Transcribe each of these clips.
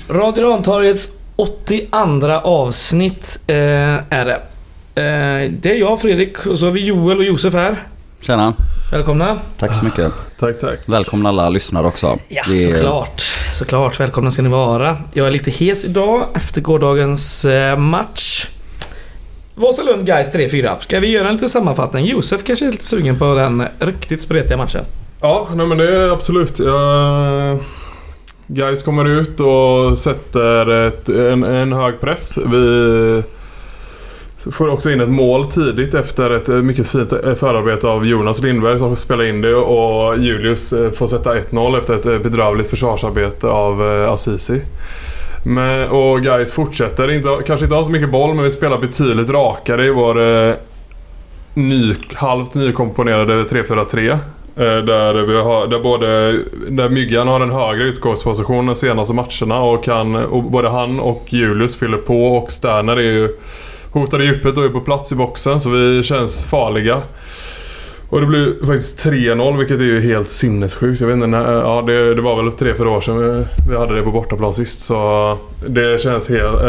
Radio Rantorgets 82 avsnitt är det. Det är jag, Fredrik, och så har vi Joel och Josef här. Tjena. Välkomna. Tack så mycket. Tack. Välkomna alla lyssnare också. Ja, såklart. Välkomna ska ni vara. Jag är lite hes idag efter gårdagens match. Vasalund Gais 3-4. Ska vi göra en liten sammanfattning? Josef kanske är lite sugen på den riktigt spretiga matchen. Ja, men det är absolut. Gais kommer ut och sätter en hög press. Vi får också in ett mål tidigt efter ett mycket fint förarbete av Jonas Lindberg som spelar in det, och Julius får sätta 1-0 efter ett bedrövligt försvarsarbete av Azizi. Och Gais fortsätter, kanske inte har så mycket boll, men vi spelar betydligt rakare i vår halvt nykomponerade 3-4-3. Där Myggan har en högre utgångsposition de senaste matcherna och både han och Julius fyller på, och Sterner är ju hotade djupet och är på plats i boxen, så vi känns farliga. Och det blir faktiskt 3-0, vilket är ju helt sinnessjukt. Jag vet inte när, det var väl 3-4 år sedan vi hade det på bortaplan sist, så det känns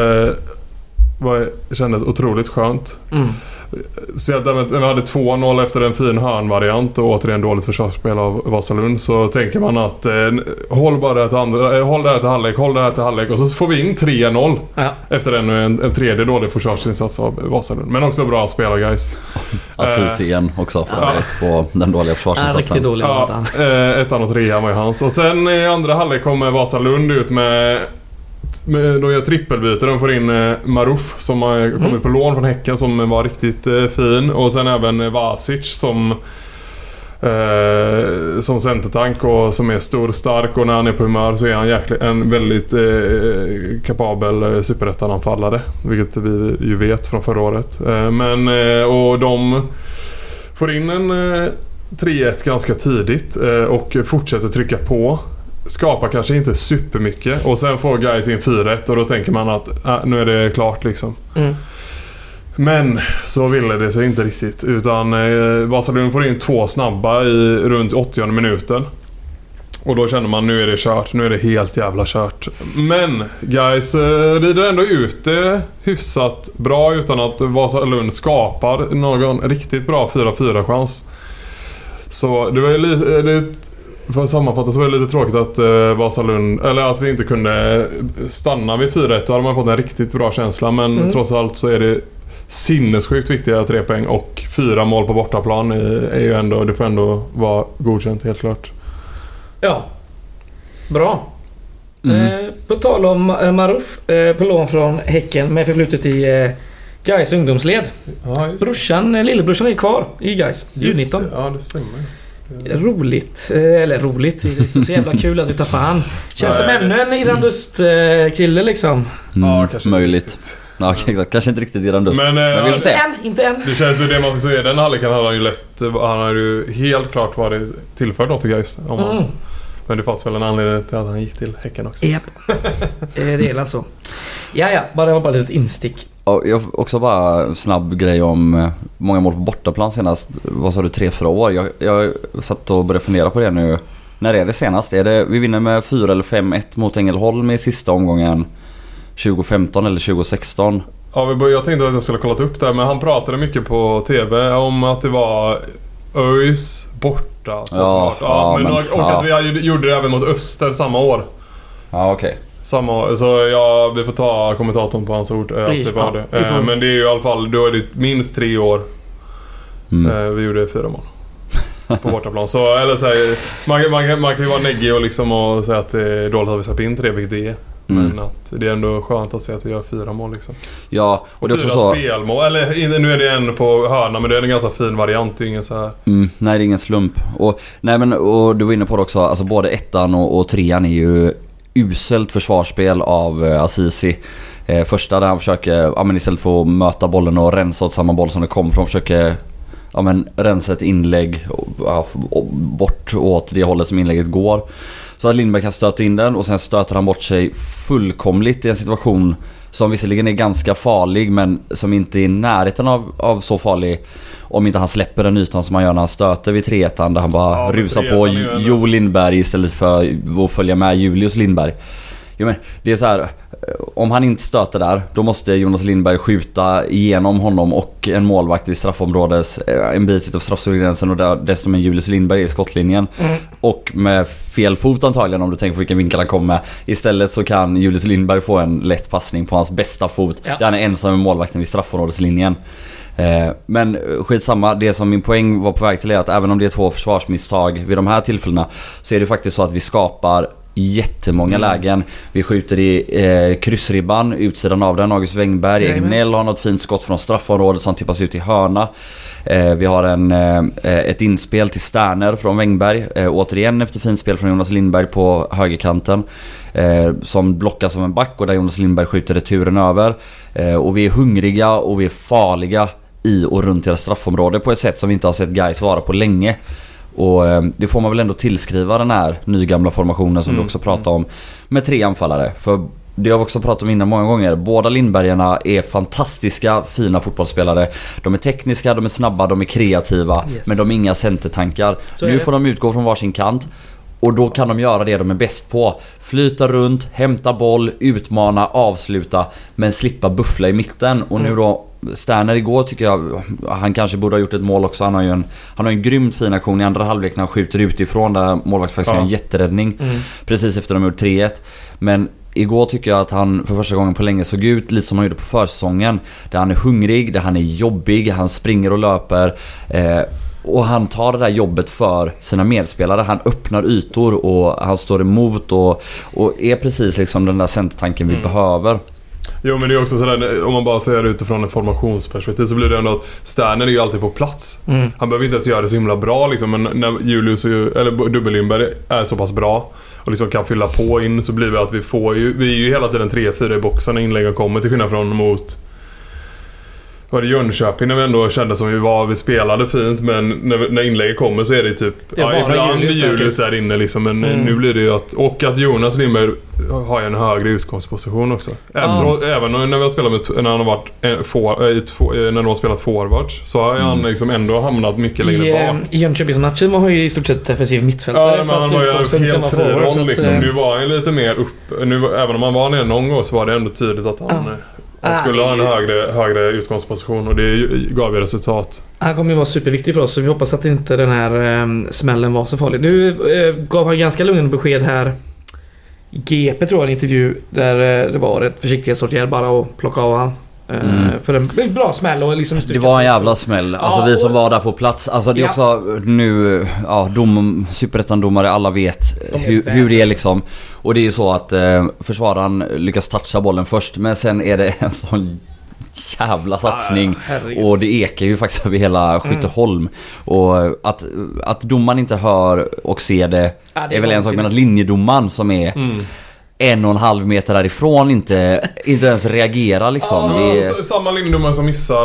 det kändes otroligt skönt. Så när vi hade 2-0 efter en fin hörnvariant och återigen dåligt försvarsspel av Vasalund, så tänker man att håll det här till halvlek, och så får vi in 3-0 efter en tredje dålig försvarsinsats av Vasalund. Men också bra spel av Gais. Azizi igen också på den dåliga försvarsinsatsen. Riktigt dålig ettan och trean var ju hans. Och sen i andra halvlek kommer Vasalund ut med de gör trippelbyte. De får in Maruf som har kommit på lån från Häcken, som var riktigt fin, och sen även Vasic som centertank och som är stor och stark, och när han är på humör så är han en väldigt kapabel superettananfallare, vilket vi ju vet från förra året. Och de får in en 3-1 ganska tidigt och fortsätter trycka på. Skapar kanske inte supermycket, och sen får Gais in 4-1, och då tänker man att nu är det klart liksom. Men så ville det sig inte riktigt, utan Vasalund får in 2 snabba i runt 80:e minuten, och då känner man nu är det kört, nu är det helt jävla kört. Men Gais rider ändå ut det hyfsat bra utan att Vasalund skapar någon riktigt bra 4-4 chans. Så det var ju lite, för att sammanfatta, så var det lite tråkigt att Vasalund, eller att vi inte kunde stanna vid 4-1. Då hade man fått en riktigt bra känsla, men trots allt så är det sinnessjukt viktiga 3 poäng, och 4 mål på bortaplan är ju ändå, det får ändå vara godkänt, helt klart. Ja, bra. På tal om Maruf, på lån från Häcken med förflutet i Gais ungdomsled. Lillebrorsan är kvar i Gais, U19. Ja, det stämmer. Roligt, det är inte så jävla kul att vi tappar han. Känns som ännu en Irandust-kille liksom. Ja, kanske möjligt. Ja, exakt. Kanske inte riktigt Irandust. Men vi får se. Inte än. Det känns ju det man får se. Den halvleken har han ju han har ju helt klart varit tillförd något till Gais. Men det fanns väl en anledning till att han gick till Häcken också. Japp. Det är så. Ja, det var bara ett instick. Och jag också bara snabb grej om många mål på bortaplan senast. Vad sa du, 3-4 år? Jag satt och började fundera på det nu. När är det senast? Vi vinner med 4 eller 5-1 mot Ängelholm i sista omgången 2015 eller 2016. Ja, jag tänkte att jag skulle kollat upp det, men han pratade mycket på TV om att det var ÖIS borta. Att vi gjorde det även mot Öster samma år. Ja, okej. Så vi får ta kommentatorn på hans ord att det var det. Men det är ju i alla fall, då är det minst 3 år vi gjorde 4 mål på bortaplan. Så, eller så här, man kan ju vara neggig och liksom och säga att det är dåligt att vi släpper in 3, vilket det är. Men att det är ändå skönt att se att vi gör 4 mål liksom. Ja, och det är 4 också så spelmål, eller nu är det en på hörna, men det är en ganska fin variant, det är ingen så här. Nej, det är ingen slump. Och du var inne på det också, alltså både 1:an och 3:an är ju uselt försvarsspel av Azizi. Första där han försöker istället för att möta bollen och rensa åt samma boll som det kom från, försöker rensa ett inlägg och bort åt det hållet som inlägget går. Så att Lindberg kan stöta in den, och sen stöter han bort sig fullkomligt i en situation som visserligen är ganska farlig, men som inte är i närheten av så farlig om inte han släpper den ytan som han gör när han stöter vid 3-1, där han bara rusar på Jo Lindberg istället för att följa med Julius Lindberg. Jo, men det är så här, om han inte stöter där, då måste Jonas Lindberg skjuta igenom honom och en målvakt vid straffområdes en bit av straffgränsen, och där dessutom en Julius Lindberg i skottlinjen. Och med fel fot antagligen, om du tänker på vilken vinkel han kommer. Istället så kan Julius Lindberg få en lätt passning på hans bästa fot, där han är ensam med målvakten vid straffområdeslinjen. Men skitsamma, det som min poäng var på väg till är att även om det är 2 försvarsmisstag vid de här tillfällena, så är det faktiskt så att vi skapar jättemånga lägen. Vi skjuter i kryssribban, utsidan av den, August Wengberg. Egnell har något fint skott från straffområdet som tippas ut i hörna. Vi har ett inspel till Sterner från Wengberg, återigen efter fint spel från Jonas Lindberg på högerkanten, som blockas av en back, och där Jonas Lindberg skjuter returen över. Och vi är hungriga och vi är farliga i och runt deras straffområde på ett sätt som vi inte har sett Gais vara på länge. Och det får man väl ändå tillskriva den här nygamla formationen som du också pratade om, med 3 anfallare. För det har vi också pratat om innan många gånger. Båda Lindbergarna är fantastiska, fina fotbollsspelare. De är tekniska, de är snabba, de är kreativa, men de är inga centertankar. Nu får de utgå från varsin kant, och då kan de göra det de är bäst på. Flyta runt, hämta boll, utmana, avsluta, men slippa buffla i mitten. Och nu då Sterner igår tycker jag han kanske borde ha gjort ett mål också. Han har en grymt fin aktion i andra halvlek när han skjuter utifrån, där målvakt faktiskt har en jätteräddning precis efter de gjort 3-1. Men igår tycker jag att han för första gången på länge såg ut lite som han gjorde på försäsongen, där han är hungrig, där han är jobbig, han springer och löper, och han tar det där jobbet för sina medspelare. Han öppnar ytor och han står emot och är precis liksom den där centertanken vi behöver. Jo, men det är också sådär, om man bara ser utifrån en formationsperspektiv, så blir det ändå att Sterner är ju alltid på plats. Han behöver inte ens göra det så himla bra liksom, men när Julius eller Dubbel-Lindberg är så pass bra och liksom kan fylla på in, så blir det att vi är ju hela tiden 3-4 i boxen när inläggen kommer, till skillnad från mot var det Jönköping, när vi ändå kände som vi spelade fint, men när inlägget kommer så är det typ ibland Julius där inne liksom, men nu blir det ju att Jonas Lindberg har en högre utgångsposition också. Även när vi har spelat när han har varit när de har spelat forwards, så har han liksom ändå hamnat mycket längre bak. I Jönköpingsmatchen var han ju i stort sett defensiv mittfältare, men han var ju helt fri liksom. Nu var han lite mer upp, även om han var ner någon gång, så var det ändå tydligt att han skulle ha en högre utgångsposition, och det gav ju resultat. Han kommer ju vara superviktig för oss, så vi hoppas att inte den här smällen var så farlig. Nu gav han ganska lugnande besked här i GP, tror jag, en intervju där det var ett försiktighetsåtgärd bara att plocka av han. För en bra smäll och liksom det var en jävla smäll. Alltså vi som var där på plats, alltså det är också nu superettan-domare, alla vet hur det är liksom. Och det är ju så att försvararen lyckas toucha bollen först, men sen är det en sån jävla satsning, och det ekar ju faktiskt över hela Skytteholm. Och att domaren inte hör och ser det är väl en sak, men att linjedomaren som är 1,5 meter därifrån inte ens reagerar liksom. Det är samma linjedomare som missar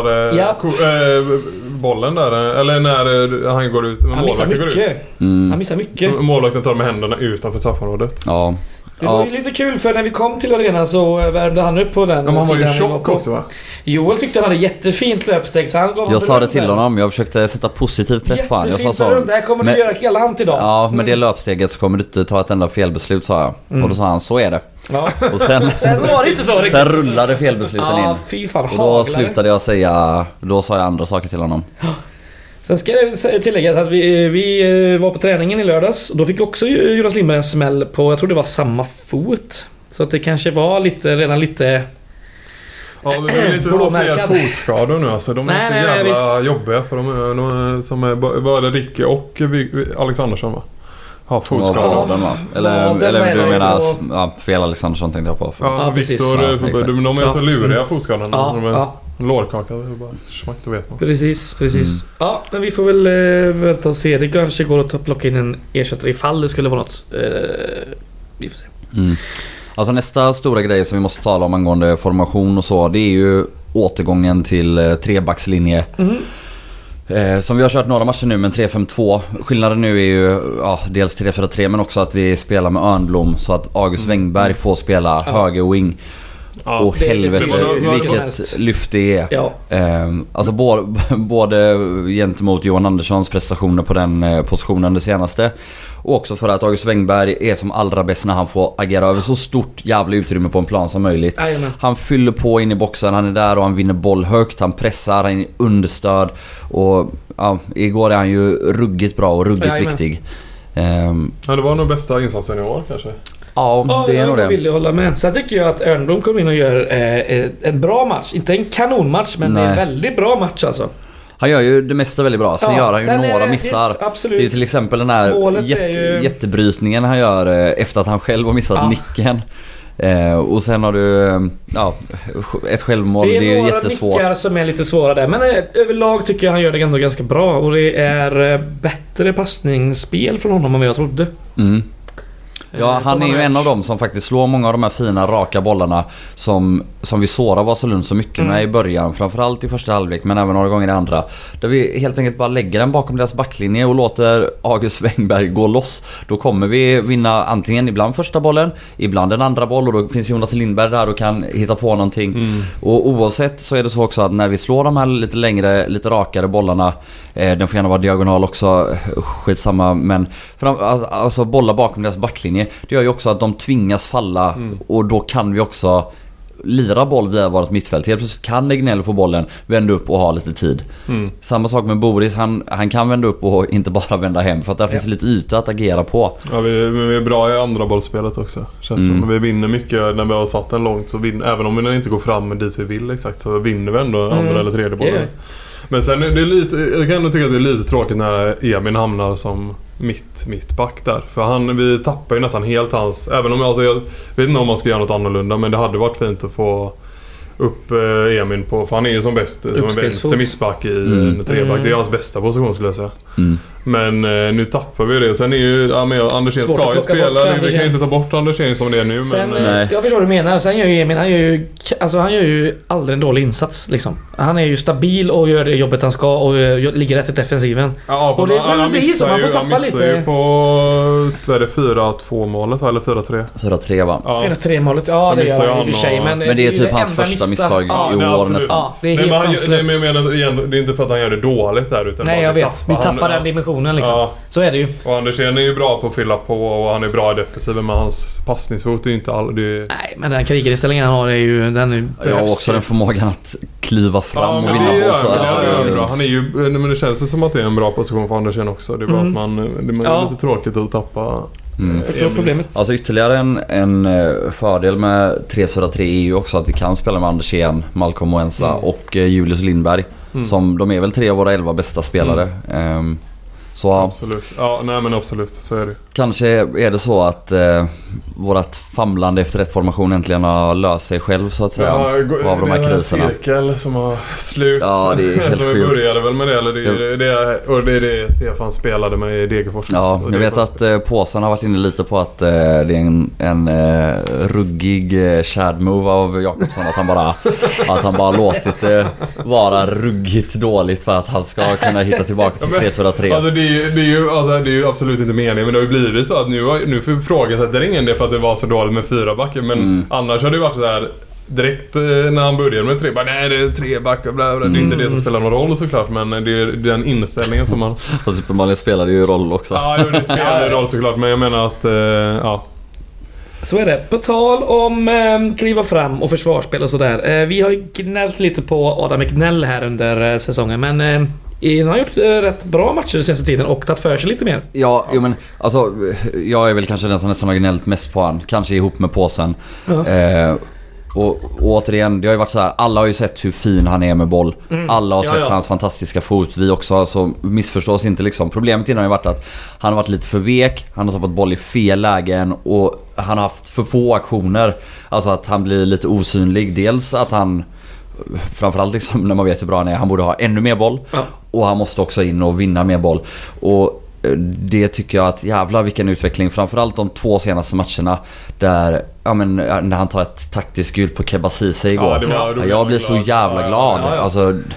bollen där, eller när han går ut, han missar mycket. Han missar mycket. Målvakten tar med händerna utanför straffområdet. Ja. Det var ju lite kul, för när vi kom till arenan så värmde han upp på den. Men han var ju tjock också, va? Joel tyckte han hade jättefint löpsteg, så han gav jag sa det till honom, jag försökte sätta positiv press på honom. Jag sa så, det här kommer du göra hela hand idag. Ja, med det löpsteget så kommer du inte ta ett enda felbeslut, sa jag. Och då sa han, så är det. Ja. Och sen var det inte så riktigt. Sen rullade felbesluten in. Fy fan, och då slutade jag säga, då sa jag andra saker till honom. Sen ska det tilläggas att vi var på träningen i lördags, och då fick också Jonas Lindberg en smäll på, jag tror det var samma fot. Så att det kanske var redan lite... Ja, men det är lite fler fotskador nu alltså. De är så jävla jobbiga, för de som är både Ricky och Alexandersson, va? Har fotskador. Eller du menar fel Alexandersson tänkte jag på. Ja, Victor, de är så luriga fotskadorna. Lårkaka, det är bara smack, då vet man. Precis. Ja, men vi får väl vänta och se. Det kanske går att plocka in en ersättare ifall det skulle vara något. Vi får se. Alltså nästa stora grej som vi måste tala om angående formation och så, det är ju återgången till trebackslinje. Som vi har kört några matcher nu, men 3-5-2. Skillnaden nu är ju dels 3-4-3, men också att vi spelar med Örnblom, så att August Wengberg får spela höger wing. Ja, och helvete vilket helst. lyft det är. Ja. Alltså både gentemot Johan Anderssons prestationer på den positionen det senaste, och också för att August Wengberg är som allra bäst när han får agera över så stort jävla utrymme på en plan som möjligt. Jajamän. Han fyller på in i boxen, han är där och han vinner boll högt, han pressar, han är understöd, och ja, igår är han ju ruggigt bra och ruggigt viktig. Ja, det var nog bästa insatsen i år kanske. Ja, det är nog det. Jag vill hålla med. Sen tycker jag att Örnblom kommer in och gör en bra match. Inte en kanonmatch, men det är en väldigt bra match alltså. Han gör ju det mesta väldigt bra. Sen gör han ju några missar. Visst, det är till exempel den här jättebrytningen han gör efter att han själv har missat nicken. Och sen har du ett självmål. Det är ju jättesvårt. Det är några nickar som är lite svåra där. Men överlag tycker jag han gör det ändå ganska bra. Och det är bättre passningsspel från honom än vad jag trodde. Ja, han är ju en av dem som faktiskt slår många av de här fina raka bollarna som vi sårar Vasalund så mycket med i början, framförallt i första halvlek, men även några gånger i andra, där vi helt enkelt bara lägger den bakom deras backlinje och låter August Wengberg gå loss. Då kommer vi vinna antingen ibland första bollen, ibland en andra boll, och då finns Jonas Lindberg där och kan hitta på någonting. Och oavsett så är det så också att när vi slår de här lite längre, lite rakare bollarna, den får gärna vara diagonal också, skitsamma, men alltså bollar bakom deras backlinje, det gör ju också att de tvingas falla, och då kan vi också lira boll via vårt mittfält. Helt plötsligt kan Egnell få bollen, vända upp och ha lite tid. Samma sak med Boris, han kan vända upp och inte bara vända hem, för att där finns lite yta att agera på. Ja, vi är bra i andra bollspelet också, känns som. Vi vinner mycket när vi har satt den långt, så även om vi inte går fram dit vi vill exakt, så vinner vi ändå andra eller tredje bollen. Men sen är det lite, jag kan ändå tycka att det är lite tråkigt när Emin hamnar som mittback där. För vi tappar ju nästan helt hans, även om jag vet inte om man ska göra något annorlunda, men det hade varit fint att få upp Emin på, för han är ju som bäst som en vänster mittback i en treback. Det är hans bästa position skulle jag säga. Men nu tappar vi det. Sen är ju Andersén ska ju spela. Vi kan inte ta bort Andersén som det är nu. Sen, jag förstår vad du menar. Sen gör ju Emin, han gör ju aldrig en dålig insats liksom. Han är ju stabil och gör det jobbet han ska och ligger rätt i defensiven. Ja, och det får bli så, man får tappa lite. Ju på 4-2 målet eller 4-3? 4-3 va? 4-3 målet, ja det gör han i och för sig. Men det är typ hans första misstag i år nästan. Ja, det är helt sanslöst. Det är inte för att han gör det dåligt där, utan nej, jag vet. Vi tappar den dimensionen liksom. Ja. Så är det ju. Och Andersén är ju bra på att fylla på och han är bra i defensiven, men hans passningsfot är ju inte Nej, men den krigarinställningen han har är ju... Ja, också den förmågan att kliva fram och vinna boll. Han är ju... Men det känns som att det är en bra position för Andersén också. Det är bara att det är lite tråkigt att tappa... Förstår problemet. Alltså ytterligare en fördel med 3-4-3 är ju också att vi kan spela med Andersén, Malcolm Moensa och Julius Lindberg. Som de är väl 3 av våra 11 bästa spelare. Så absolut. Ja, nej men absolut, så är det. Kanske är det så att vårat famlande efter rätt formation äntligen har löst sig själv så att säga, av de här kriserna. En cirkel som har slut. Ja, det är helt som vi började väl med det, eller det är det Stefan spelade med i Degerfors. Ja, jag vet att påsen har varit inne lite på att det är en ruggig shad move av Jakobsson, att han bara låtit det vara ruggigt dåligt för att han ska kunna hitta tillbaka till 3-4-3. Alltså det är ju absolut inte meningen, men det har ju blivit så att nu får frågasätter ingen det för att det var så dåligt med 4 backar, men annars har det varit så där direkt när han började med 3 backar. Nej, det är 3 backar, bla bla. Det är inte det som spelar någon roll såklart, men det är den inställningen som man... Fast uppenbarligen spelar det ju roll också. Ja, det spelar roll såklart, men jag menar att så är det. På tal om kliva fram och försvarsspel och sådär. Vi har ju gnällt lite på Adam Egnell här under säsongen, men han har gjort rätt bra matcher den senaste tiden och tagit för sig lite mer. Ja, men alltså jag är väl kanske den som nästan har gnällt mest på han. Kanske ihop med påsen. Och återigen, det har ju varit så här, alla har ju sett hur fin han är med boll. Alla har sett hans fantastiska fot. Vi också, så missförstås inte liksom. Problemet innan har ju varit att han har varit lite för vek. Han har stoppat boll i fel lägen och han har haft för få aktioner. Alltså att han blir lite osynlig. Dels att han, framförallt liksom när man vet hur bra han är, han borde ha ännu mer boll. Och han måste också in och vinna mer boll. Och det tycker jag att jävla vilken utveckling, framförallt de 2 senaste matcherna där, när han tar ett taktiskt gult på Kebba Ceesay igår. Jag blir så jävla glad. Alltså,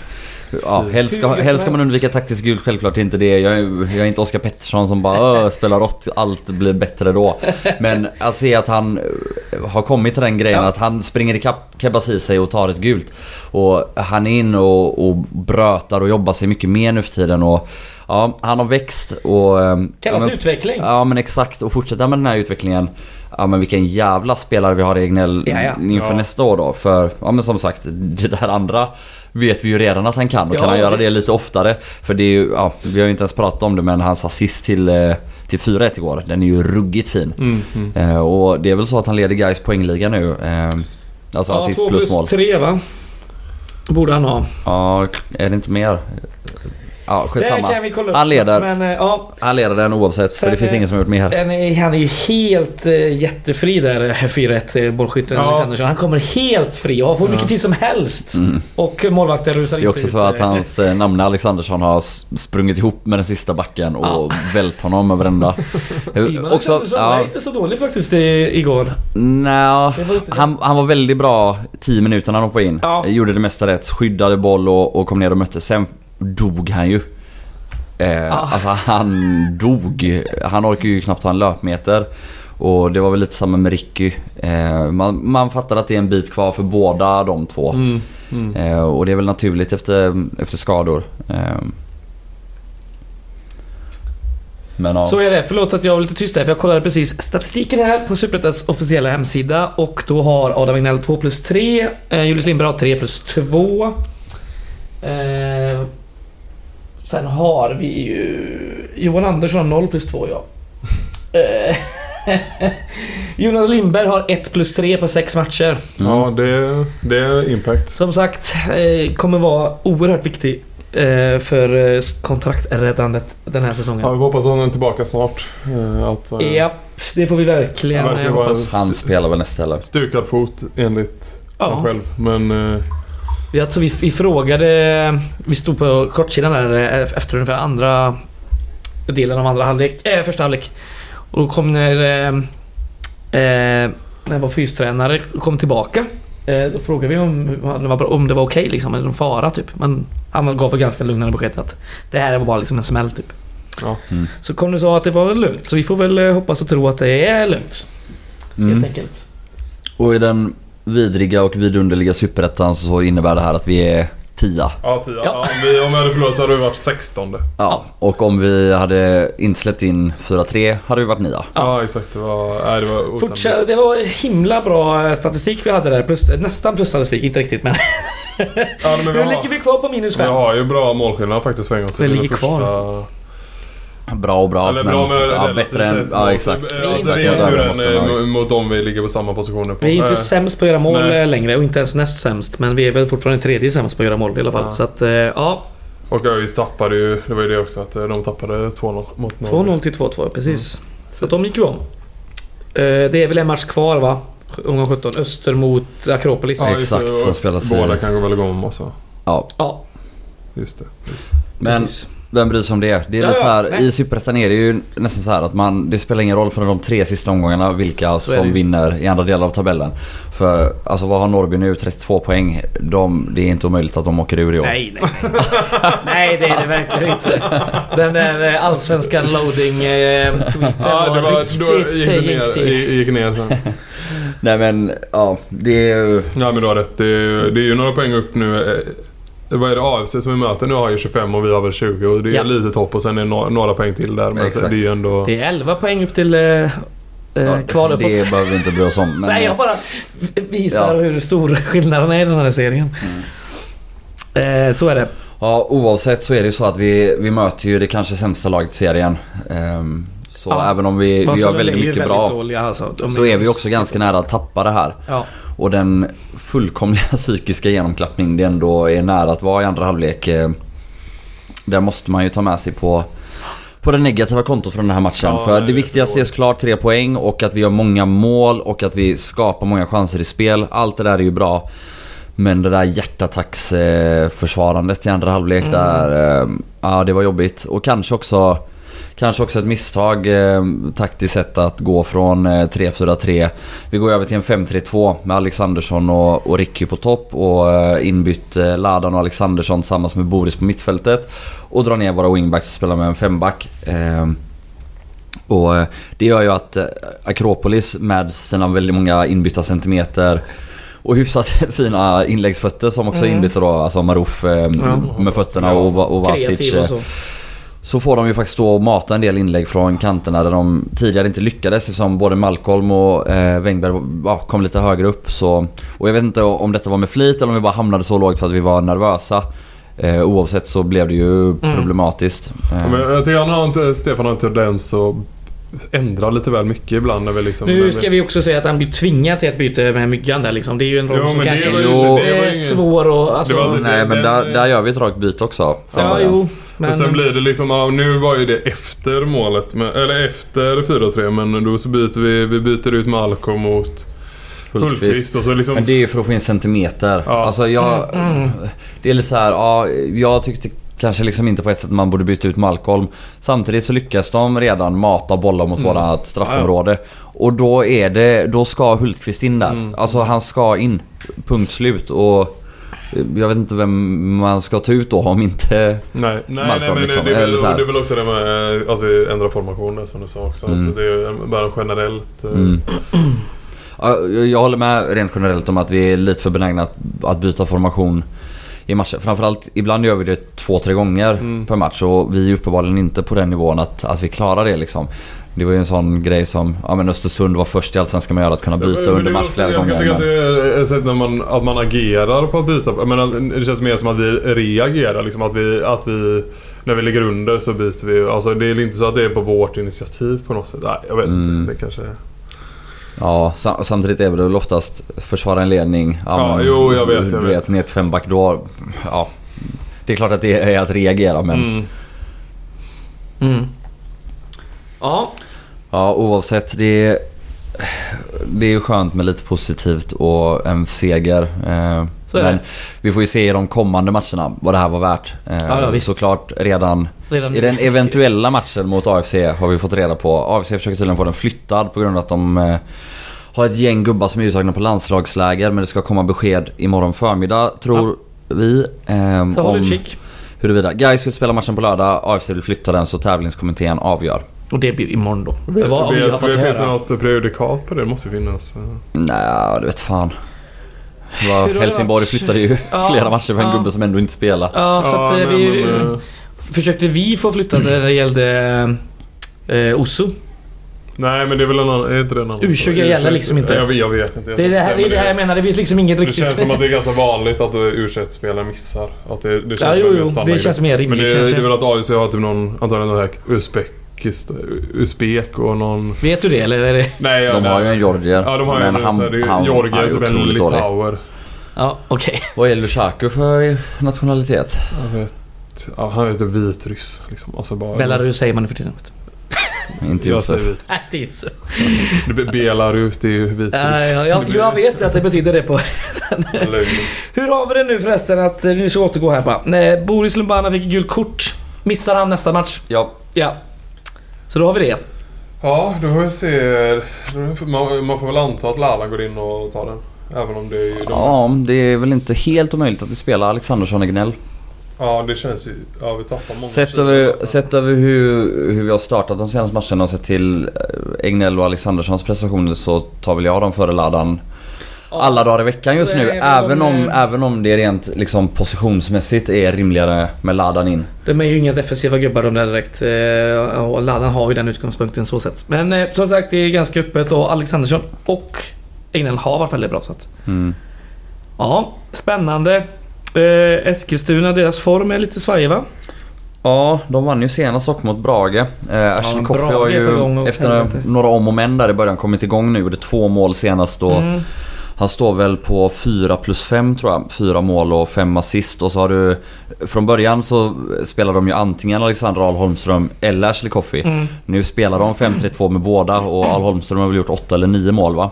helst ska man undvika taktiskt gult, självklart inte det. Jag är inte Oskar Pettersson som bara spelar rått, allt blir bättre då. Men att se att han har kommit till den grejen att han springer i Kebasi sig och tar ett gult. Och han är in och brötar och jobbar sig mycket mer nu för tiden. Och ja, han har växt och kallas utveckling. Ja, men exakt, och fortsätta med den här utvecklingen. Ja, men vilken jävla spelare vi har i Egnell inför nästa år då. För ja, men som sagt, det där andra vet vi ju redan att han kan. Och kan han göra det lite oftare. För det är ju, vi har ju inte ens pratat om det, men hans assist till 4-1 igår, den är ju ruggigt fin. Och det är väl så att han leder Gais poängliga nu. Alltså assist plus mål. 2+3 va? Borde han ha. Ja, är det inte mer? Ja, skitsamma. Kan vi kolla upp han leder, snart, men, han leder den oavsett. Sen, för det finns ingen som har gjort mer här. Han är ju helt jättefri där, 4-1 bollskytten Alexandersson. Han kommer helt fri och har fått mycket tid som helst. Och målvakten rusar inte. Det är också för att hans namn Alexandersson har sprungit ihop med den sista backen och vält honom över ända. Simon Alexandersson var inte så dålig faktiskt igår. Nej, han var väldigt bra 10 minuter när han hoppade in. Gjorde det mesta rätt, skyddade boll och kom ner och mötte. Sen dog han ju. Alltså han dog. Han orkar ju knappt ta en löpmeter. Och det var väl lite samma med Ricky. Man fattar att det är en bit kvar för båda de två. Och det är väl naturligt efter skador. Men, så är det. Förlåt att jag var lite tyst där, för jag kollade precis statistiken här på Superettans officiella hemsida. Och då har Adam Egnell 2+3, Julius Lindberg har 3+2. Sen har vi ju Johan Andersson 0+2 Jonas Lindberg har 1+3 på 6 matcher. Ja, det är impact. Som sagt, kommer vara oerhört viktig för kontrakträddandet den här säsongen. Ja, vi hoppas att han är tillbaka snart. Japp, det får vi verkligen hoppas. Han spelar väl nästa heller. Stukad fot enligt han själv. Men jag tror vi frågade, vi stod på kortsidan där efter ungefär andra delen av andra halvlek, första halvlek. Och då kom när vår fystränare kom tillbaka, då frågade vi om det var okej liksom, eller någon fara typ. Men han gav väl ganska lugnande besked att det här var bara liksom en smäll typ. Så kom det så att det var lugnt. Så vi får väl hoppas och tro att det är lugnt. Helt enkelt. Och i den vidriga och vidunderliga Superettan så innebär det här att vi är 10. Ja, 10. Ja. Om vi hade förlorat så hade vi varit 16. Ja, och om vi hade inte släppt in 4-3 hade vi varit 9. Ja, exakt. Det var det var himla bra statistik vi hade där. Nästan plus statistik, inte riktigt, men nu ligger vi kvar på -5. Vi har ju bra målskillnad faktiskt för en gång. Så det ligger kvar. Bra. Eller bra med bättre än... Ja, exakt. Alltså det är mot dem vi ligger på samma positioner på. Vi är inte sämst på att göra mål längre, och inte ens näst sämst. Men vi är väl fortfarande tredje sämst på att göra mål i alla fall. Så att, Och ÖIS tappade ju, det var ju det också, att de tappade 2-0 mot 2-0 till 2-2, precis. Så att de gick ju om. Det är väl en match kvar va? Omgång 17, Öster mot Akropolis. Ja, exakt, som spelas. Båda kan väl gå om också. Ja. Just det. Men vem bryr sig om det? Det är lite så här, i Superettan är det ju nästan så här att det spelar ingen roll för de 3 sista omgångarna vilka som vinner i andra delar av tabellen. För alltså vad har Norrby nu? 32 poäng. Det är inte omöjligt att de åker ur i år. Nej. Nej, det är det verkligen inte. Den där allsvenska loading-tweeten var riktigt gick ner sen. Nej men, det är ju... Ja, men du har rätt. Det är ju några poäng upp nu. Vad är det, AFC som vi möter nu har ju 25 och vi har väl 20. Och det är lite topp och sen är det några poäng till där. Men det är ju ändå... Det är 11 poäng upp till kval uppåt. Det behöver vi inte bry oss om. Men... Nej, jag bara visar hur stor skillnaden är i den här serien. Så är det. Ja, oavsett så är det ju så att vi möter ju det kanske sämsta laget i serien. Så även om vi gör väldigt mycket bra dåliga, alltså. så är vi också ganska nära att tappa det här. Ja. Och den fullkomliga psykiska genomklappning det ändå är nära att vara i andra halvlek, där måste man ju ta med sig på det negativa kontot från den här matchen. För det viktigaste är såklart 3 poäng och att vi gör många mål och att vi skapar många chanser i spel. Allt det där är ju bra. Men det där hjärtattacksförsvarandet i andra halvlek där, det var jobbigt. Och kanske Kanske också ett misstag taktiskt sett att gå från 3-4-3. Vi går över till en 5-3-2 med Alexandersson och Ricky på topp och inbytt Ladan och Alexandersson tillsammans med Boris på mittfältet och drar ner våra wingbacks och spelar med en 5-back. Och det gör ju att Akropolis med sina väldigt många inbytta centimeter och hyfsat fina inläggsfötter som också inbyter då, alltså Maruf med fötterna och Vasic. Så får de ju faktiskt stå och mata en del inlägg från kanterna där de tidigare inte lyckades, eftersom både Malcolm och Wengberg kom lite högre upp. Så, och jag vet inte om detta var med flit eller om vi bara hamnade så lågt för att vi var nervösa. Oavsett så blev det ju problematiskt. Men jag tycker Stefan har en tendens att ändra lite väl mycket ibland när vi liksom... Nu ska vi också säga att han blir tvingad till att byta med Myggan där liksom. Det är ju en roll som kanske är svår och... Alltså, nej, men där gör vi ett rakt byte också. Ja, jo. Men sen blir det liksom... nu var ju det efter målet. Eller efter 4-3. Men då så byter vi byter ut Malcolm mot Hultqvist. Och så liksom... Men det är ju för att få in centimeter. Ja. Alltså det är lite så här... Ja, jag tyckte kanske liksom inte på ett sätt man borde byta ut Malcolm. Samtidigt så lyckas de redan mata bollar mot vårat straffområde. Och då ska Hultqvist in där. Alltså han ska in. Punkt slut. Och jag vet inte vem man ska ta ut då om inte nej, men liksom. Det är väl också det med att vi ändrar formationer som du sa också. Alltså det är bara generellt. Jag håller med rent generellt om att vi är lite för benägna att byta formation i matcher. Framförallt ibland gör vi det 2-3 gånger per match och vi är uppenbarligen inte på den nivån att vi klarar det liksom. Det var ju en sån grej som Östersund var först i Allsvenskan med att kunna byta under match flera gånger. Jag tycker att det är sätt att man agerar på att byta. Jag menar, det känns mer som att vi reagerar liksom, att vi när vi ligger under så byter vi. Alltså det är inte så att det är på vårt initiativ på något sätt. Nej, jag vet inte, det kanske är... Ja, samtidigt är det väl oftast försvara en ledning. Jag vet. Ner till 5-back då. Ja, det är klart att det är att reagera, men... Ja, oavsett. Det är ju skönt med lite positivt och en seger. Men vi får ju se i de kommande matcherna vad det här var värt. Såklart redan i den eventuella matchen mot AFC har vi fått reda på. AFC försöker tydligen få den flyttad på grund av att de har ett gäng gubbar som är uttagna på landslagsläger. Men det ska komma besked imorgon förmiddag, tror vi. Så håll utkik. Huruvida Guys vill spela matchen på lördag, AFC vill flytta den, så tävlingskommittén avgör. Och det blir imorgon då. Finns det något prejudikat på det? Det måste finnas. Nej, det vet fan. Helsingborg flyttade ju flera matcher för en gubbe som ändå inte spelar. Ja, så att försökte vi få flytta när det gällde Osso. Nej, men det är väl en annan... U20 gäller liksom inte. Jag vet inte. Det är det här jag menar. Det finns liksom inget riktigt... Det känns som att det är ganska vanligt att U21-spelare missar. Att det känns det känns mer rimligt. Men det är väl att AIC har typ någon... Antagligen någon här Uzbek och någon... Vet du det eller är det... Nej, de har ju en Georgier. Ja, de har ju en Georgier, typ en Litauer. Ja, okej. Vad är Lushaku för nationalitet? Jag vet. Ja, han är typ vitryss liksom. Alltså bara... Belarus säger man nu för tiden. Inte Josef. Det är Josef. Belarus, det är ju vitryss. Jag vet att det betyder det på... Hur har vi det nu förresten att nu ska återgå här bara. Boris Lumbana fick gult kort. Missar han nästa match? Ja. Så då har vi det. Ja, då får vi se. Man får väl anta att Lala går in och tar den. Även om det är ju... det är väl inte helt omöjligt att vi spelar Alexandersson och Gnell. Ja, det känns ju... Ja, vi tappar många. Sett över hur vi har startat de senaste matcherna och sett till Egnell och Alexanderssons prestationer, så tar väl jag dem före Ladan alla dagar i veckan just nu. Även om det rent liksom positionsmässigt är rimligare med Ladan in. De är ju inga defensiva gubbar de där direkt. Och Ladan har ju den utgångspunkten så sätt. Men som sagt, det är ganska öppet och Alexandersson och Egnell har varit väldigt bra så att. Ja, spännande. Eskilstuna, deras form är lite svajig, va? Ja, de vann ju senast och mot Brage. Ashley Coffey har ju efter några om och men där i början kommit igång nu. Det är 2 mål senast och han står väl på 4+5 tror jag. 4 mål och 5 assist. Och så har du... Från början så spelar de ju antingen Alexander Ahl Holmström eller Ashley Coffey. Nu spelar de 5-3-2 med båda och Ahl Holmström har väl gjort 8 eller 9 mål, va?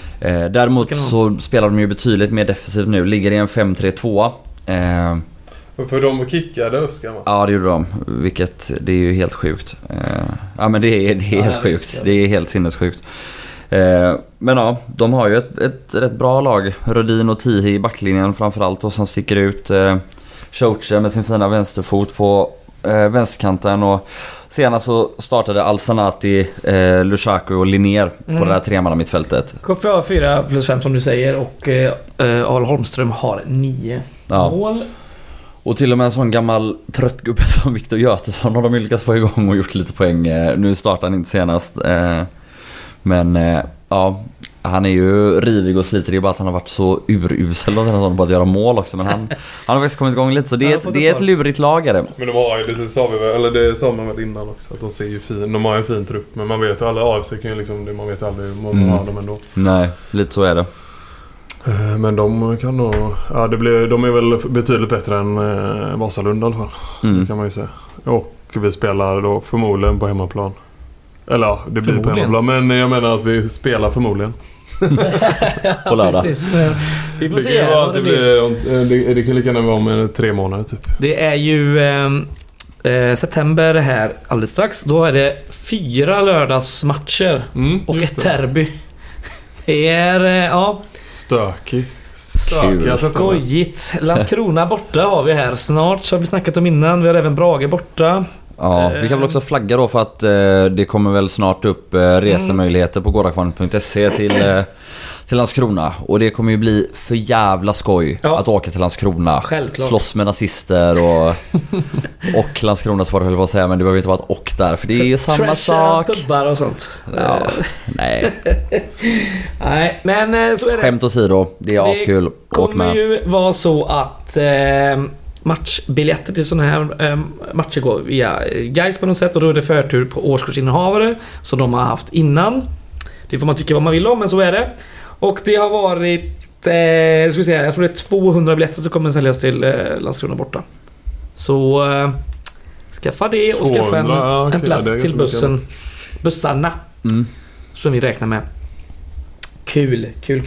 Däremot så spelar de ju betydligt mer defensivt nu. Ligger i en 5-3-2. För de kickade Öskar, va? Ja, det gjorde de. Vilket, det är ju helt sjukt. Ja, men det är helt sjukt. Det är helt sinnessjukt. Men ja, de har ju ett rätt bra lag. Rödin och Tihi i backlinjen framförallt. Och som sticker ut Shoche med sin fina vänsterfot på vänsterkanten. Och senast så startade Al-Sanati, Lushaku och Linnér på det där tremanna mittfältet. KFA har 4+5 som du säger. Och Al Holmström har 9 mål. Och till och med en sån gammal trött gubbe som Viktor Götesson har de lyckats få igång och gjort lite poäng. Nu startar han inte senast. Men ja, han är ju rivig och sliter. Det är bara att han har varit så urusel och på att göra mål också. Men han har faktiskt kommit igång lite. Så det är ett lurigt lag är det. Men de har ju, det sa vi väl, eller det sa man väl innan också, att de ser ju fin. De har ju en fin trupp, men man vet ju alla AFC kan ju liksom, man vet ju aldrig hur många har dem ändå. Nej, lite så är det. Men de kan nog, ja, de är väl betydligt bättre än Vasalund i alla fall. Kan man ju säga. Och vi spelar då förmodligen på hemmaplan. Eller ja, det blir på hemmaplan. Men jag menar att vi spelar förmodligen. På lördag. Precis. Vi får se vad det blir. Det kan lika gärna vara om 3 månader typ. Det är ju september här alldeles strax. Då är det 4 lördagsmatcher och ett derby. Det är Stökigt. Skojigt. Landskrona borta har vi här snart, så har vi snackat om innan. Vi har även Brage borta. Ja, vi kan väl också flagga då för att det kommer väl snart upp resemöjligheter på gårdakvarn.se till Landskrona. Och det kommer ju bli för jävla skoj att åka till Landskrona. Självklart. Slåss med nazister och Landskrona så var det väl att säga, men det behöver inte vara ett och där. För det är ju samma sak. Pubbar och sånt. Ja, nej. Nej, men så är det. Skämt åsido, det är askul. Det kommer ju vara så att matchbiljetter till sådana här matcher går via Gais på något sätt. Och då är det förtur på årskursinnehavare som de har haft innan. Det får man tycka vad man vill om, men så är det. Och det har varit ska vi säga, jag tror det är 200 biljetter som kommer säljas till Landskrona borta. Så skaffa det och skaffa en plats till bussarna som vi räknar med. Kul.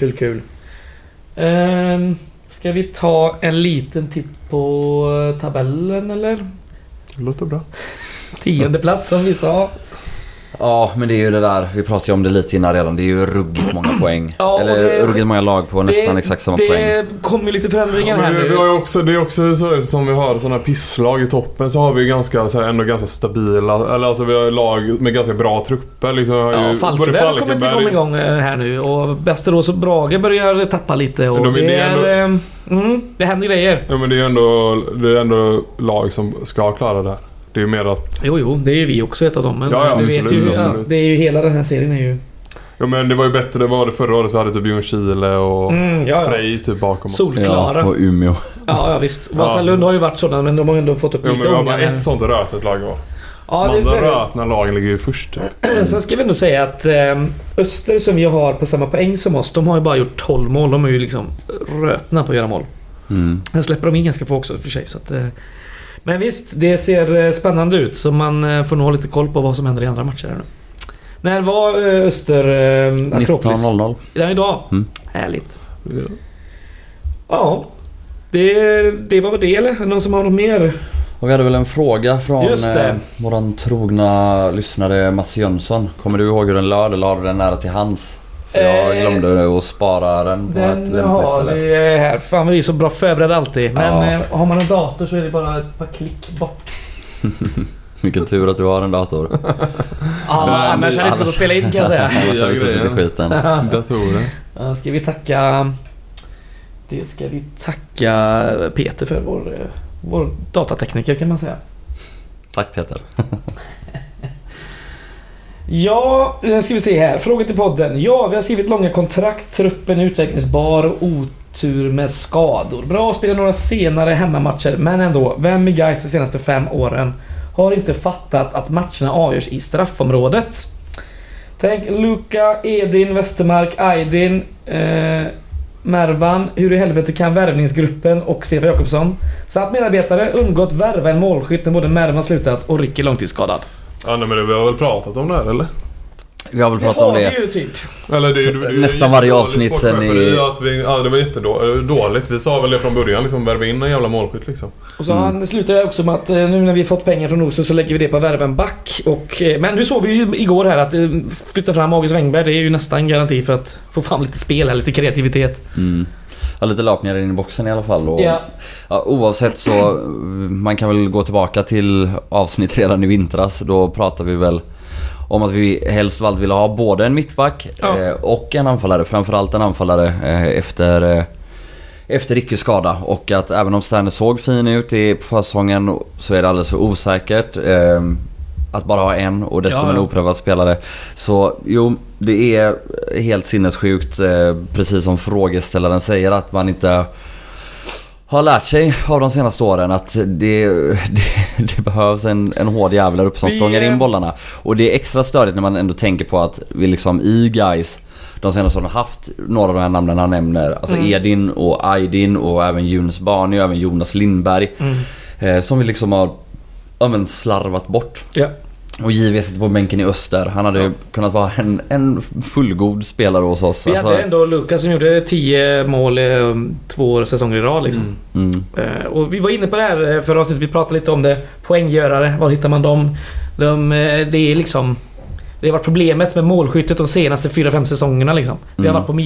Ska vi ta en liten titt på tabellen eller? Det låter bra. 10:e plats som vi sa. Ja, men det är ju det där. Vi pratade ju om det lite innan redan. Det är ju ruggigt många poäng. Ja, eller ruggigt många lag på nästan exakt samma poäng. Det kommer ju lite förändringar här nu. Vi har ju också, det är också så som vi har sådana pisslag i toppen, så har vi ganska, så här, ändå ganska stabila. Eller alltså vi har lag med ganska bra trupper. Liksom, Falkenberg har kommit igång här nu. Och Västerås och Brage börjar tappa lite. Och det händer grejer. Ja, men det är ändå lag som ska klara det här. Det är ju mer att... Jo, det är ju vi också ett av dem. Men du vet ju, det är ju hela den här serien är ju... Ja, men det var ju bättre. Det var det förra året. Vi hade typ Ljungskile och Frej typ bakom oss. Solklara. Ja, och Umeå. Ja, visst. Vasalund har ju varit sådana, men de har ändå fått upp lite unga. Ja, men ett sånt rötet lag var. Ja, det är röt när lagen ligger ju först. Sen ska vi ändå säga att Öster som vi har på samma poäng som oss, de har ju bara gjort 12 mål. De är ju liksom rötna på att göra mål. Sen släpper de in ganska få också för sig, så att... Men visst, det ser spännande ut. Så man får nog ha lite koll på vad som händer i andra matcher här nu. När var Öster Akropolis? 19:00. Ja, idag. Härligt. Ja. Det var väl det, eller? Någon som har något mer? Och vi hade väl en fråga från våran trogna lyssnare Mats Jönsson. Kommer du ihåg hur den löd? Eller har du den nära till hands? Jag glömde att spara den på ett lämpligt har vi här. Fan, vi är så bra förberedda alltid. Men har man en dator så är det bara ett par klick bort. Vilken tur att du har en dator. Annars hade jag inte gått att spela in, kan jag säga. Annars hade du suttit i skiten. Datorer. Ska vi tacka... Det ska vi tacka Peter för, vår datatekniker, kan man säga. Tack Peter. Ja, nu ska vi se här. Frågor till podden. Ja, vi har skrivit långa kontrakt. Truppen är utvecklingsbar och otur med skador. Bra att spela några senare hemmamatcher. Men ändå, vem i Gais de senaste 5 åren har inte fattat att matcherna avgörs i straffområdet? Tänk Luka, Edin, Westermark, Aydin, Mervan. Hur i helvete kan värvningsgruppen och Stefan Jakobsson samt medarbetare undgått värva en målskytt när både Mervan slutat och Ricky långtidsskadad? Ja, nej, men vi har väl pratat om det här, eller? Vi har väl pratat om det. Ju typ. Eller det nästan varje avsnitt sen i... Att det var jättedåligt. Vi sa väl det från början, liksom, värva in en jävla målskytt liksom. Och så han slutar också med att nu när vi fått pengar från Oso så lägger vi det på att värva en back. Men nu såg vi ju igår här att flytta fram August Wengberg, det är ju nästan garanti för att få fram lite spel här, lite kreativitet. Ja, lite löpningar in i boxen i alla fall. Och, ja, oavsett så, man kan väl gå tillbaka till avsnitt redan i vintras. Då pratar vi väl om att vi helst av allt ville ha både en mittback och en anfallare. Framförallt en anfallare efter Rickys skada. Och att även om Sterner såg fin ut på försäsongen så är det alldeles för osäkert att bara ha en och dessutom en oprövad spelare. Så jo, det är helt sinnessjukt, precis som frågeställaren säger, att man inte har lärt sig av de senaste åren att det behövs en hård jävla upp som stångar in bollarna. Och det är extra störigt när man ändå tänker på att vi liksom i guys de senaste åren har haft några av de här namnen han nämner. Alltså Edin och Aydin och även Jonas Barney och även Jonas Lindberg. Som vi liksom har slarvat bort. Ja. Och JV sitter på bänken i öster. Han hade kunnat vara en fullgod spelare hos oss. Vi hade ändå Lukas som gjorde 10 mål 2 säsonger i rad liksom. Och vi var inne på det här förra avsnittet. Vi pratade lite om det. Poänggörare, var hittar man dem? Det är liksom... Det har varit problemet med målskyttet de senaste 4-5 säsongerna liksom. Vi har varit på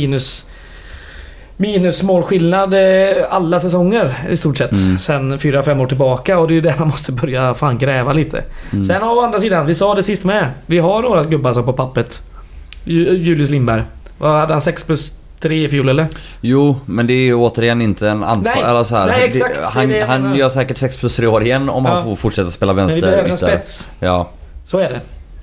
minus målskillnad alla säsonger i stort sett sen 4-5 år tillbaka, och det är ju där man måste börja fan gräva lite. Sen har å andra sidan, vi sa det sist med, vi har några gubbar som på pappret. Julius Lindberg, vad hade han, 6+3 i fjol eller? Jo, men det är ju återigen inte en anfall. Nej, exakt. Han gör säkert 6+3 år igen om han får fortsätta spela vänster. Men vi behöver en spets. Ja. Så är det.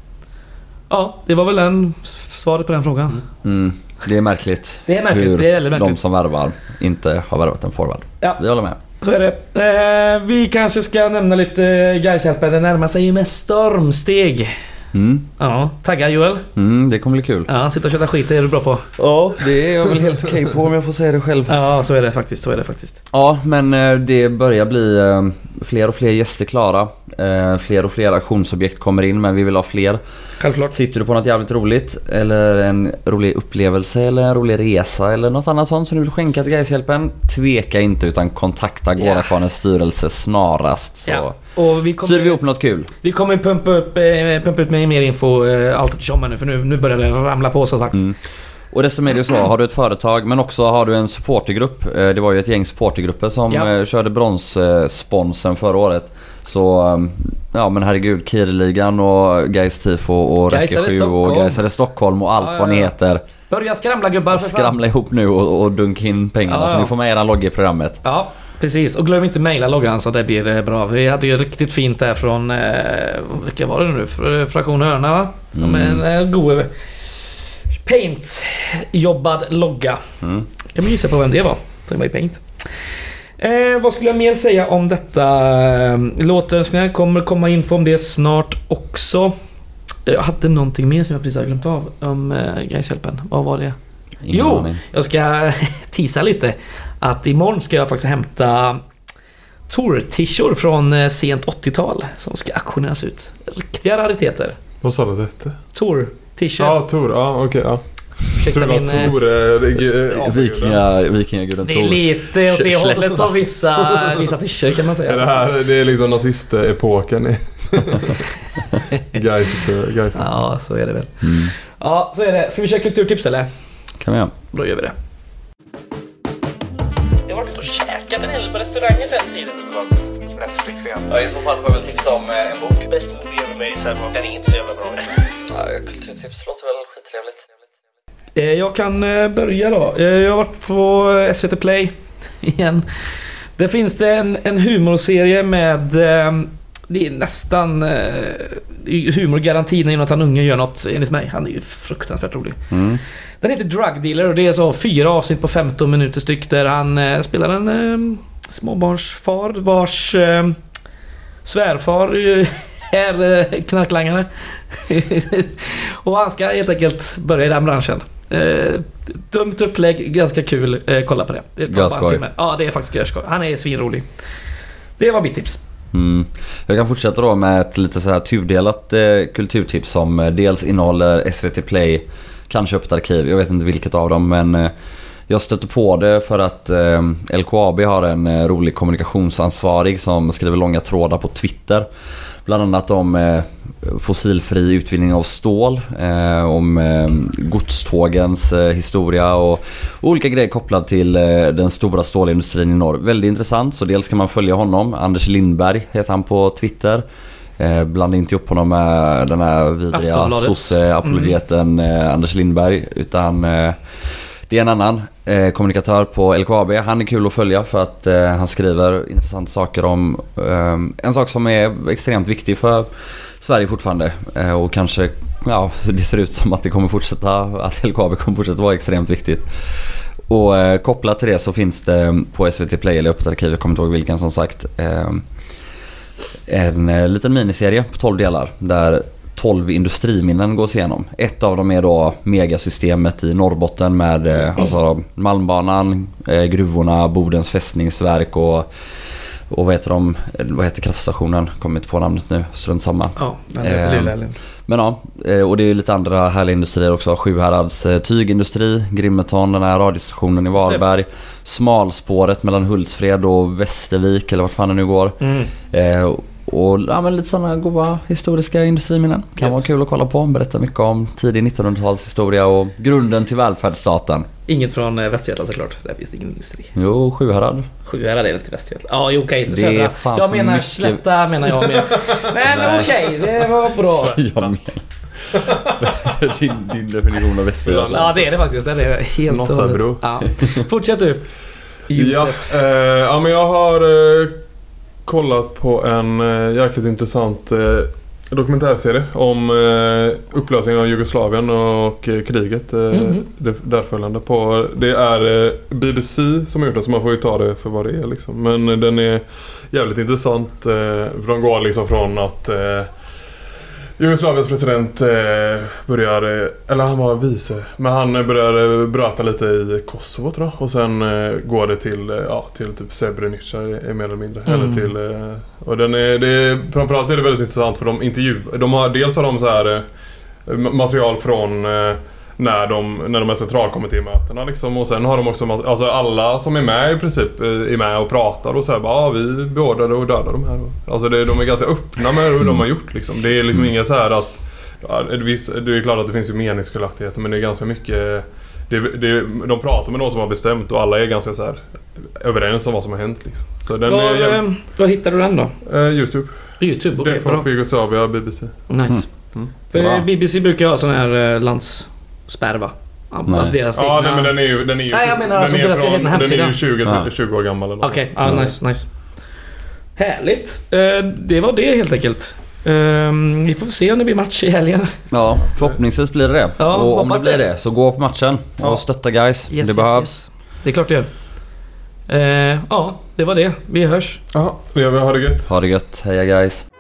Ja, det var väl svaret på den frågan. Det är märkligt. Det är märkligt. Det är väldigt märkligt. De som värvar inte har värvat en forward. Ja. Vi håller med. Så är det. Vi kanske ska nämna lite Gaishjälpen. Det närmar sig med stormsteg. Ja, taggar Joel. Det kommer bli kul. Ja, sitta och köta skit, det är du bra på. Ja, det är jag väl helt okej på om jag får säga det själv. Ja, så är det faktiskt. Ja, men det börjar bli fler och fler gäster klara. Fler och fler aktionsobjekt kommer in, men vi vill ha fler. Självklart. Sitter du på något jävligt roligt eller en rolig upplevelse eller en rolig resa eller något annat sånt som du vill skänka till Gaishjälpen, tveka inte utan kontakta Gårdakvarnens styrelse snarast, så och vi kommer, syr vi upp något kul. Vi kommer pumpa ut med mer info allt eftersom nu, för nu börjar det ramla på, så sagt. Och desto mer det så, har du ett företag men också har du en supportergrupp. Det var ju ett gäng supportergrupper som körde bronssponsen förra året. Så ja, men herregud, Kirligan och Gais Tifo och Räcke 7 och Gaisare Stockholm och allt vad ni heter. Börja skramla gubbar för fan. Skramla ihop nu och dunka in pengarna så ni får med era logga i programmet. Ja, precis. Och glöm inte mejla loggan så det blir bra. Vi hade ju riktigt fint där från vilka var det nu? Fraktion Hörna, va? Som en god Paint-jobbad logga. Kan man gissa på vem det var som var i Paint. Vad skulle jag mer säga om detta? Låtönskningar kommer komma info om det snart också. Jag hade någonting mer som jag precis har glömt av om Gaishjälpen. Vad var det? Jag ska tisa lite att imorgon ska jag faktiskt hämta Tor-tishor från sent 80-tal som ska auktioneras ut. Riktiga rariteter. Vad sa du detta? Tor-tishor. Ja, Tor. Ja, okej, ja. Vikingaguden Tor. Det är lite åt det hållet på vissa t-shirtar kan man säga. Det är liksom nazist-epoken. Guys. Ja, så är det väl. Ja, så är det. Ska vi köra kulturtips eller? Kan vi göra. Då gör vi det. Jag har varit och käkat en hel på restaurangen sen tiden. Netflix igen. Ja, i så fall får jag väl tipsa om en bok. Bäst movie över mig, så den är inte så jävla bra. Ja, kulturtips låter väl skittrevligt. Jag kan börja då. Jag har varit på SVT Play igen. Det finns det en humorserie med det är nästan humorgaranti när Jonathan Unge gör något, enligt mig. Han är ju fruktansvärt rolig. Den heter Drug Dealer och det är så 4 avsnitt på 15 minuter styck där han spelar en småbarnsfar vars svärfar är knarklangare. Och han ska helt enkelt börja i den branschen. Dumt upplägg, ganska kul. Kolla på det. Det tar bara en timme. Ja, det är faktiskt görskoj. Han är svinrolig. Det var mitt tips. Jag kan fortsätta då med ett lite så här tudelat kulturtips som dels innehåller SVT Play, kanske Öppet arkiv, jag vet inte vilket av dem, men jag stötte på det för att LKAB har en rolig kommunikationsansvarig som skriver långa trådar på Twitter. Bland annat om fossilfri utvinning av stål, om godstågens historia och olika grejer kopplat till den stora stålindustrin i norr. Väldigt intressant, så dels kan man följa honom. Anders Lindberg heter han på Twitter. Blanda inte upp honom med den här vidriga sosse-apologeten Anders Lindberg, utan det är en annan kommunikatör på LKAB. Han är kul att följa för att han skriver intressanta saker om en sak som är extremt viktig för Sverige fortfarande. Och kanske, ja, det ser ut som att det kommer fortsätta, att LKAB kommer fortsätta vara extremt viktigt. Och kopplat till det så finns det på SVT Play eller Öppet arkiv, jag kommer inte ihåg vilken som sagt, en liten miniserie på 12 delar där 12 industriminnen gås igenom. Ett av dem är då megasystemet i Norrbotten med alltså Malmbanan, gruvorna, Bodens fästningsverk och vad heter kraftstationen? Kommer inte på namnet nu, strunt samma. Ja, men ja, och det är lite andra härliga industrier också. Sjuhärads tygindustri, Grimeton, den här radiostationen i Varberg, smalspåret mellan Hultsfred och Västervik eller vart fan det nu går. Och ja, men lite sådana goda historiska industriminnen. Kan vara kul att kolla på. Berätta mycket om tidig 1900-talshistoria och grunden till välfärdsstaten. Inget från Västergötland såklart. Där finns det ingen industri. Jo, Sjuhärad. Sjuhärad är det till Västergötland. Ja, okej. Det är fan jag menar mycket... Slätta menar jag med. Men okej, det var bra. Jag menar. din definition av Västergötland. Ja, det är det faktiskt. Det är helt Nossabro. Ja. Fortsätt du. Josef. Ja, men jag har kollat på en jäkligt intressant dokumentärserie om upplösningen av Jugoslavien och kriget därföljande på. Det är BBC som har gjort det, så man får ju ta det för vad det är liksom. Men den är jävligt intressant, för de går liksom från att Jugoslaviens president börjar, eller han var vice, men han börjar bröta lite i Kosovo tror jag, och sen går det till typ Srebrenica mer eller mindre, eller till och framförallt är det väldigt intressant för dels har de så här material från när de är centralkommittémötena liksom, och sen har de också alltså alla som är med i princip är med och pratar och så här vi beordrade och dödade de här. Alltså de är ganska öppna med hur de har gjort liksom. Det är liksom inga så här att det är klart att det finns ju meningsskiljaktigheter, men det är ganska mycket de pratar med någon som har bestämt och alla är ganska så här överens om vad som har hänt liksom. Så den vad hittar du den då? YouTube. YouTube, okej. Det får Jugoslavia, BBC. Nice. För BBC brukar ha sån här landsspärr, va? Alltså deras egna... nej, men den är ju nej, jag menar alltså deras egna hemsida. Den är ju 20 år gammal. Okej, nice. Härligt. Det var det helt enkelt. Vi får se om det blir match i helgen. Ja, förhoppningsvis blir det. Ja, och om det blir det så gå på matchen och stötta guys. Det behövs. Yes. Det är klart det gör. Ja, det var det. Vi hörs. Ja, det gör vi. Ha det gött. Ha det gött. Heja guys.